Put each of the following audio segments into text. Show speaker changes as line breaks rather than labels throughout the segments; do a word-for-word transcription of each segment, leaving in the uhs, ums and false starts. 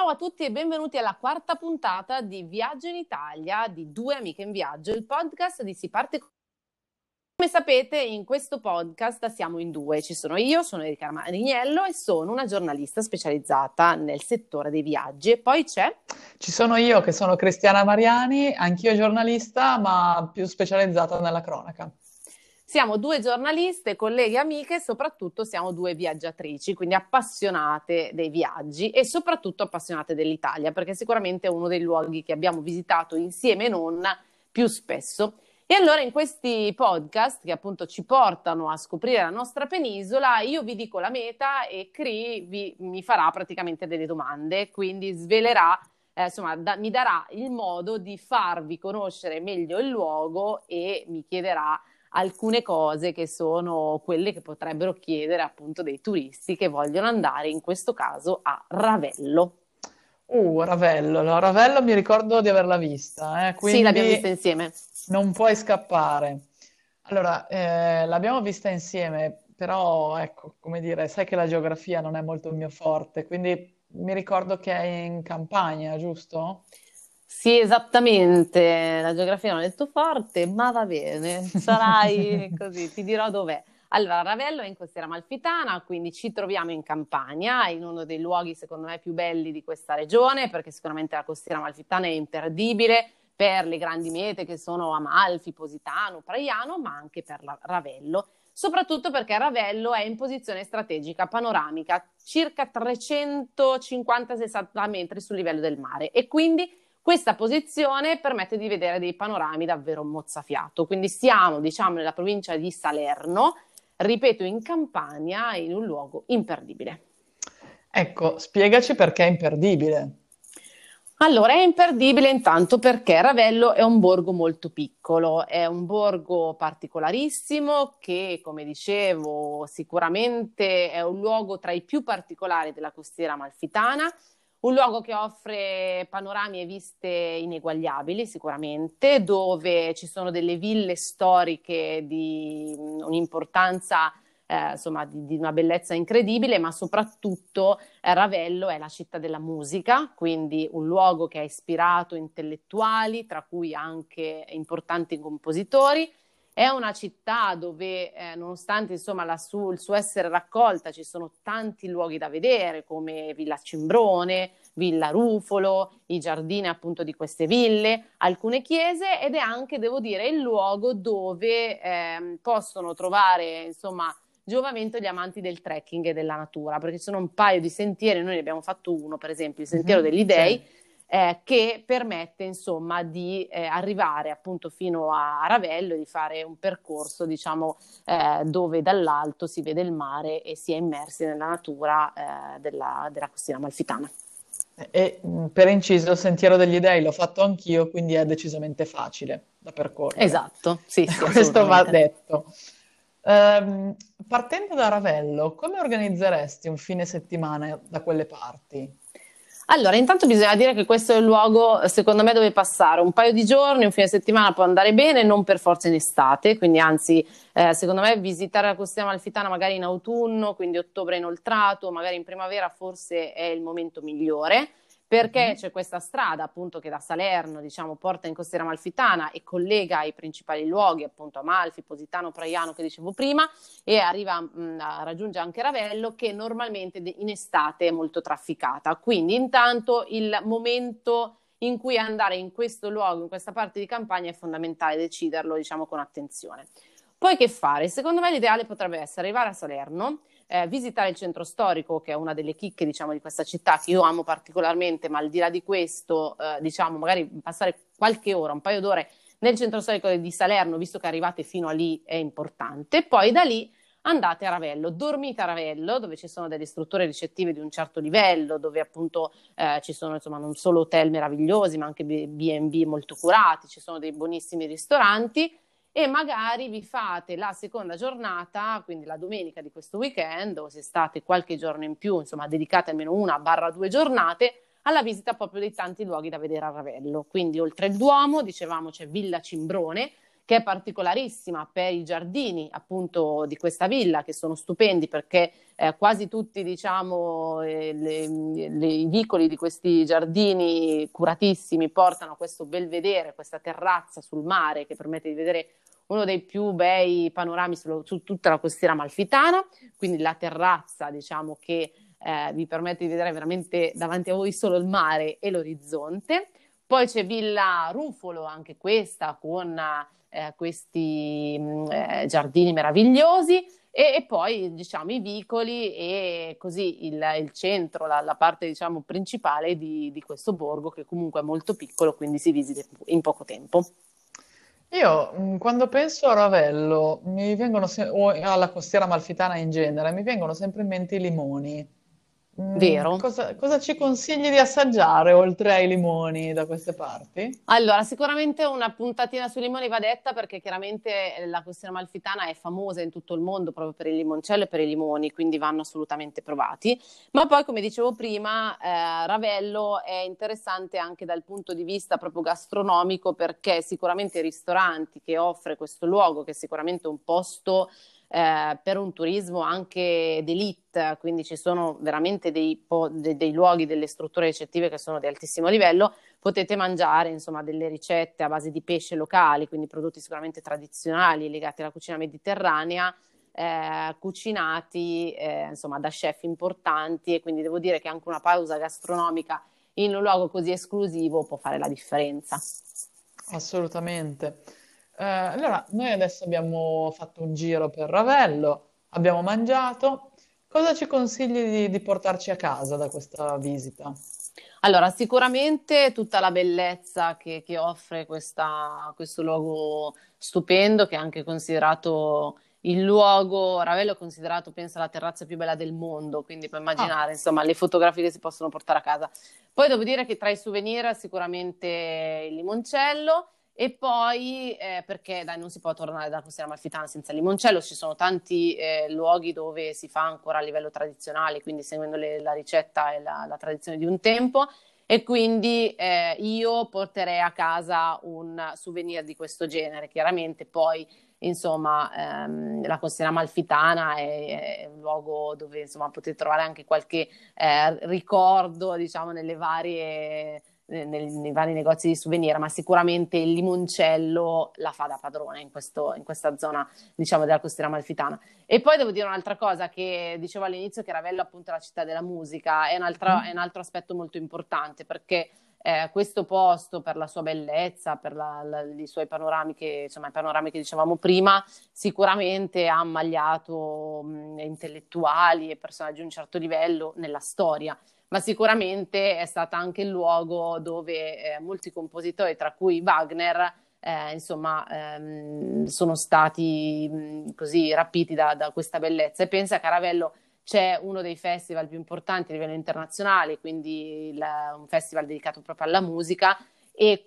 Ciao a tutti e benvenuti alla quarta puntata di Viaggio in Italia di Due Amiche in Viaggio, il podcast di Si Parte. Come sapete, in questo podcast siamo in due. Ci sono io, sono Erika Marignello e sono una giornalista specializzata nel settore dei viaggi. E poi c'è...
Ci sono io che sono Cristiana Mariani, anch'io giornalista, ma più specializzata nella cronaca.
Siamo due giornaliste, colleghe, amiche e soprattutto siamo due viaggiatrici, quindi appassionate dei viaggi e soprattutto appassionate dell'Italia, perché sicuramente è uno dei luoghi che abbiamo visitato insieme e non più spesso. E allora in questi podcast che appunto ci portano a scoprire la nostra penisola, io vi dico la meta e Cri vi, mi farà praticamente delle domande, quindi svelerà, eh, insomma, da, mi darà il modo di farvi conoscere meglio il luogo e mi chiederà alcune cose che sono quelle che potrebbero chiedere appunto dei turisti che vogliono andare, in questo caso a Ravello.
Uh, Ravello, la Ravello mi ricordo di averla vista, eh,
Sì, l'abbiamo
quindi
vista insieme.
non puoi scappare. Allora, eh, l'abbiamo vista insieme, però ecco, come dire, sai che la geografia non è molto il mio forte, quindi mi ricordo che è in Campania, giusto?
Sì, esattamente, la geografia non è il tuo forte, ma va bene, sarai così, ti dirò dov'è. Allora, Ravello è in Costiera Amalfitana, quindi ci troviamo in Campania, in uno dei luoghi secondo me più belli di questa regione, perché sicuramente la Costiera Amalfitana è imperdibile per le grandi mete che sono Amalfi, Positano, Praiano, ma anche per la Ravello, soprattutto perché Ravello è in posizione strategica, panoramica, circa trecentocinquanta sessanta metri sul livello del mare e quindi questa posizione permette di vedere dei panorami davvero mozzafiato. Quindi siamo, diciamo, nella provincia di Salerno, ripeto, in Campania, in un luogo imperdibile.
Ecco, spiegaci perché è imperdibile.
Allora, è imperdibile intanto perché Ravello è un borgo molto piccolo, è un borgo particolarissimo che, come dicevo, sicuramente è un luogo tra i più particolari della costiera amalfitana, un luogo che offre panorami e viste ineguagliabili sicuramente, dove ci sono delle ville storiche di un'importanza eh, insomma, di, di una bellezza incredibile, ma soprattutto eh, Ravello è la città della musica, quindi un luogo che ha ispirato intellettuali, tra cui anche importanti compositori. È una città dove, eh, nonostante insomma, la su, il suo essere raccolta, ci sono tanti luoghi da vedere, come Villa Cimbrone, Villa Rufolo, i giardini appunto di queste ville, alcune chiese, ed è anche, devo dire, il luogo dove eh, possono trovare, insomma, giovamento gli amanti del trekking e della natura, perché ci sono un paio di sentieri, noi ne abbiamo fatto uno, per esempio, il Sentiero
Mhm,
degli
sì.
Dei, eh, che permette insomma di eh, arrivare appunto fino a Ravello e di fare un percorso, diciamo, eh, dove dall'alto si vede il mare e si è immersi nella natura eh, della, della costiera amalfitana.
E mh, per inciso, il Sentiero degli Dei l'ho fatto anch'io, quindi è decisamente facile da percorrere.
Esatto, sì,
E
sì,
questo va
assolutamente.
detto. Ehm, partendo da Ravello, come organizzeresti un fine settimana da quelle parti?
Allora, intanto bisogna dire che questo è il luogo, secondo me, dove passare un paio di giorni, un fine settimana può andare bene, non per forza in estate, quindi anzi, eh, secondo me visitare la costiera amalfitana magari in autunno, quindi ottobre inoltrato, magari in primavera forse è il momento migliore, perché
Mhm.
c'è questa strada appunto che da Salerno, diciamo, porta in costiera amalfitana e collega i principali luoghi, appunto Amalfi, Positano, Praiano che dicevo prima, e arriva mh, a raggiunge anche Ravello che normalmente in estate è molto trafficata. Quindi intanto il momento in cui andare in questo luogo, in questa parte di campagna è fondamentale deciderlo, diciamo, con attenzione. Poi che fare? Secondo me l'ideale potrebbe essere arrivare a Salerno, eh, visitare il centro storico, che è una delle chicche, diciamo, di questa città che io amo particolarmente, ma al di là di questo, eh, diciamo, magari passare qualche ora, un paio d'ore nel centro storico di Salerno, visto che arrivate fino a lì, è importante. Poi da lì andate a Ravello, dormite a Ravello, dove ci sono delle strutture ricettive di un certo livello, dove appunto eh, ci sono insomma non solo hotel meravigliosi, ma anche B and B molto curati, ci sono dei buonissimi ristoranti e magari vi fate la seconda giornata, quindi la domenica di questo weekend, o se state qualche giorno in più, insomma dedicate almeno una barra due giornate alla visita proprio dei tanti luoghi da vedere a Ravello. Quindi oltre il Duomo, dicevamo, c'è Villa Cimbrone, che è particolarissima per i giardini appunto di questa villa, che sono stupendi perché eh, quasi tutti diciamo eh, le, le, i vicoli di questi giardini curatissimi portano a questo belvedere, questa terrazza sul mare che permette di vedere uno dei più bei panorami su, su tutta la costiera amalfitana, quindi la terrazza diciamo che eh, vi permette di vedere veramente davanti a voi solo il mare e l'orizzonte. Poi c'è Villa Rufolo, anche questa con eh, questi mh, eh, giardini meravigliosi e, e poi diciamo i vicoli e così il, il centro, la, la parte diciamo principale di, di questo borgo che comunque è molto piccolo, quindi si visita in poco tempo.
Io mh, quando penso a Ravello mi vengono se- o alla costiera amalfitana in genere, mi vengono sempre in mente i limoni. Mm,
Vero?
cosa, cosa ci consigli di assaggiare oltre ai limoni da queste parti?
Allora, sicuramente una puntatina sui limoni va detta perché chiaramente eh, la costiera amalfitana è famosa in tutto il mondo proprio per il limoncello e per i limoni, quindi vanno assolutamente provati. Ma poi, come dicevo prima, eh, Ravello è interessante anche dal punto di vista proprio gastronomico perché sicuramente i ristoranti che offre questo luogo, che è sicuramente un posto eh, per un turismo anche d'élite, quindi ci sono veramente dei, po- de- dei luoghi, delle strutture ricettive che sono di altissimo livello, potete mangiare insomma delle ricette a base di pesce locali, quindi prodotti sicuramente tradizionali legati alla cucina mediterranea, eh, cucinati eh, insomma da chef importanti e quindi devo dire che anche una pausa gastronomica in un luogo così esclusivo può fare la differenza.
Assolutamente. Eh, allora, noi adesso abbiamo fatto un giro per Ravello, abbiamo mangiato. Cosa ci consigli di, di portarci a casa da questa visita?
Allora, sicuramente tutta la bellezza che, che offre questa- questo luogo stupendo, che è anche considerato il luogo, Ravello è considerato, penso, la terrazza più bella del mondo, quindi puoi
Ah,
immaginare, insomma, le fotografie che si possono portare a casa. Poi devo dire che tra i souvenir sicuramente il limoncello e poi, eh, perché dai, non si può tornare da Costiera Amalfitana senza il limoncello, ci sono tanti eh, luoghi dove si fa ancora a livello tradizionale, quindi seguendo le- la ricetta e la, la tradizione di un tempo. E quindi eh, io porterei a casa un souvenir di questo genere. Chiaramente poi, insomma, ehm, la Costiera Amalfitana è, è un luogo dove insomma potete trovare anche qualche eh, ricordo, diciamo, nelle varie nei, nei vari negozi di souvenir, ma sicuramente il limoncello la fa da padrone in, questo, in questa zona, diciamo, della costiera amalfitana. E poi devo dire un'altra cosa che dicevo all'inizio, che Ravello appunto è la città della musica, è, un'altra- è
mm,
un altro aspetto molto importante perché eh, questo posto per la sua bellezza, per la- la- i suoi panorami che, insomma, i panorami che dicevamo prima, sicuramente ha ammagliato mh, intellettuali e personaggi di un certo livello nella storia, ma sicuramente è stata anche il luogo dove eh, molti compositori, tra cui Wagner, eh, insomma, ehm, sono stati mh, così rapiti da, da questa bellezza. E pensa che a Ravello c'è uno dei festival più importanti a livello internazionale, quindi il- un festival dedicato proprio alla musica. E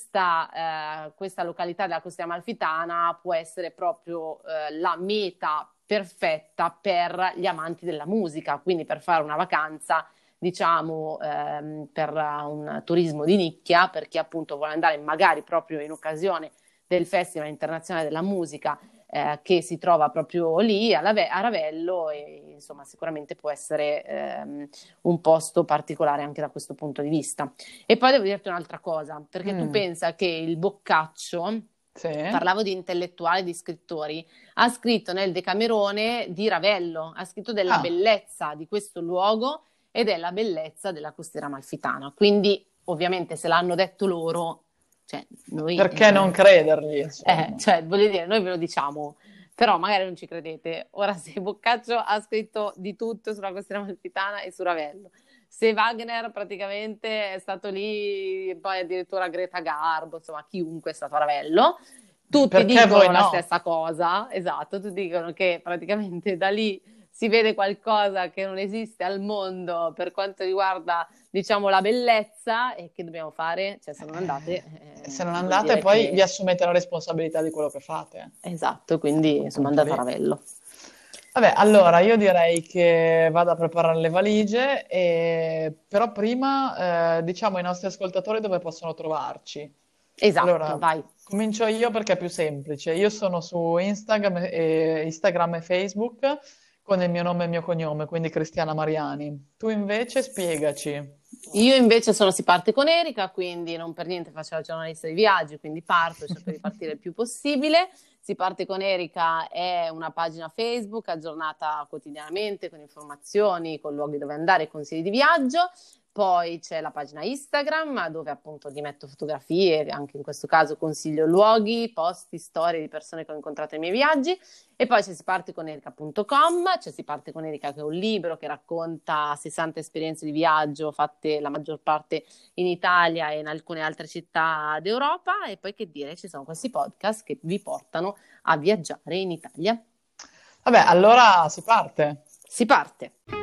questa, eh, questa località della Costiera Amalfitana può essere proprio eh, la meta perfetta per gli amanti della musica, quindi per fare una vacanza diciamo, ehm, per un turismo di nicchia, per chi appunto vuole andare magari proprio in occasione del Festival Internazionale della Musica eh, che si trova proprio lì a, Lave- a Ravello e insomma sicuramente può essere ehm, un posto particolare anche da questo punto di vista. E poi devo dirti un'altra cosa, perché tu
mm,
pensa che il Boccaccio,
sì.
parlavo di intellettuali, di scrittori, ha scritto nel Decamerone di Ravello, ha scritto della
Ah,
bellezza di questo luogo ed è la bellezza della costiera amalfitana. Quindi, ovviamente, se l'hanno detto loro, cioè, noi,
perché non
eh,
credergli,
eh,
insomma.
cioè, voglio dire, noi ve lo diciamo, però magari non ci credete. Ora, se Boccaccio ha scritto di tutto sulla costiera amalfitana e su Ravello, se Wagner praticamente è stato lì, poi addirittura Greta Garbo, insomma, chiunque è stato a Ravello, tutti
Perché voi
dicono la
no?
stessa cosa, esatto, tutti dicono che praticamente da lì si vede qualcosa che non esiste al mondo per quanto riguarda, diciamo, la bellezza e che dobbiamo fare? Cioè, se non andate,
Eh, se
eh,
non
vuol
andate,
dire
poi vi
che...
assumete la responsabilità di quello che fate.
Esatto,
A
quindi
quel
insomma
punto
andate a
lì.
Ravello.
Vabbè, allora io direi che vado a preparare le valigie, e... però prima eh, diciamo ai nostri ascoltatori dove possono trovarci.
Esatto,
Allora,
vai.
comincio io perché è più semplice. Io sono su Instagram e, Instagram e Facebook con il mio nome e il mio cognome, quindi Cristiana Mariani. Tu invece spiegaci.
Io invece sono Si parte con Erika, quindi non per niente faccio la giornalista di viaggi, quindi parto, cerco di partire il più possibile. Si parte con Erika è una pagina Facebook aggiornata quotidianamente con informazioni, con luoghi dove andare e consigli di viaggio. Poi c'è la pagina Instagram dove appunto ti metto fotografie, anche in questo caso consiglio luoghi, posti, storie di persone che ho incontrato nei miei viaggi. E poi c'è siparteconerika punto com, c'è Si parte con Erika che è un libro che racconta sessanta esperienze di viaggio fatte la maggior parte in Italia e in alcune altre città d'Europa. E poi che dire, ci sono questi podcast che vi portano a viaggiare in Italia.
Vabbè, allora si parte.
Si parte!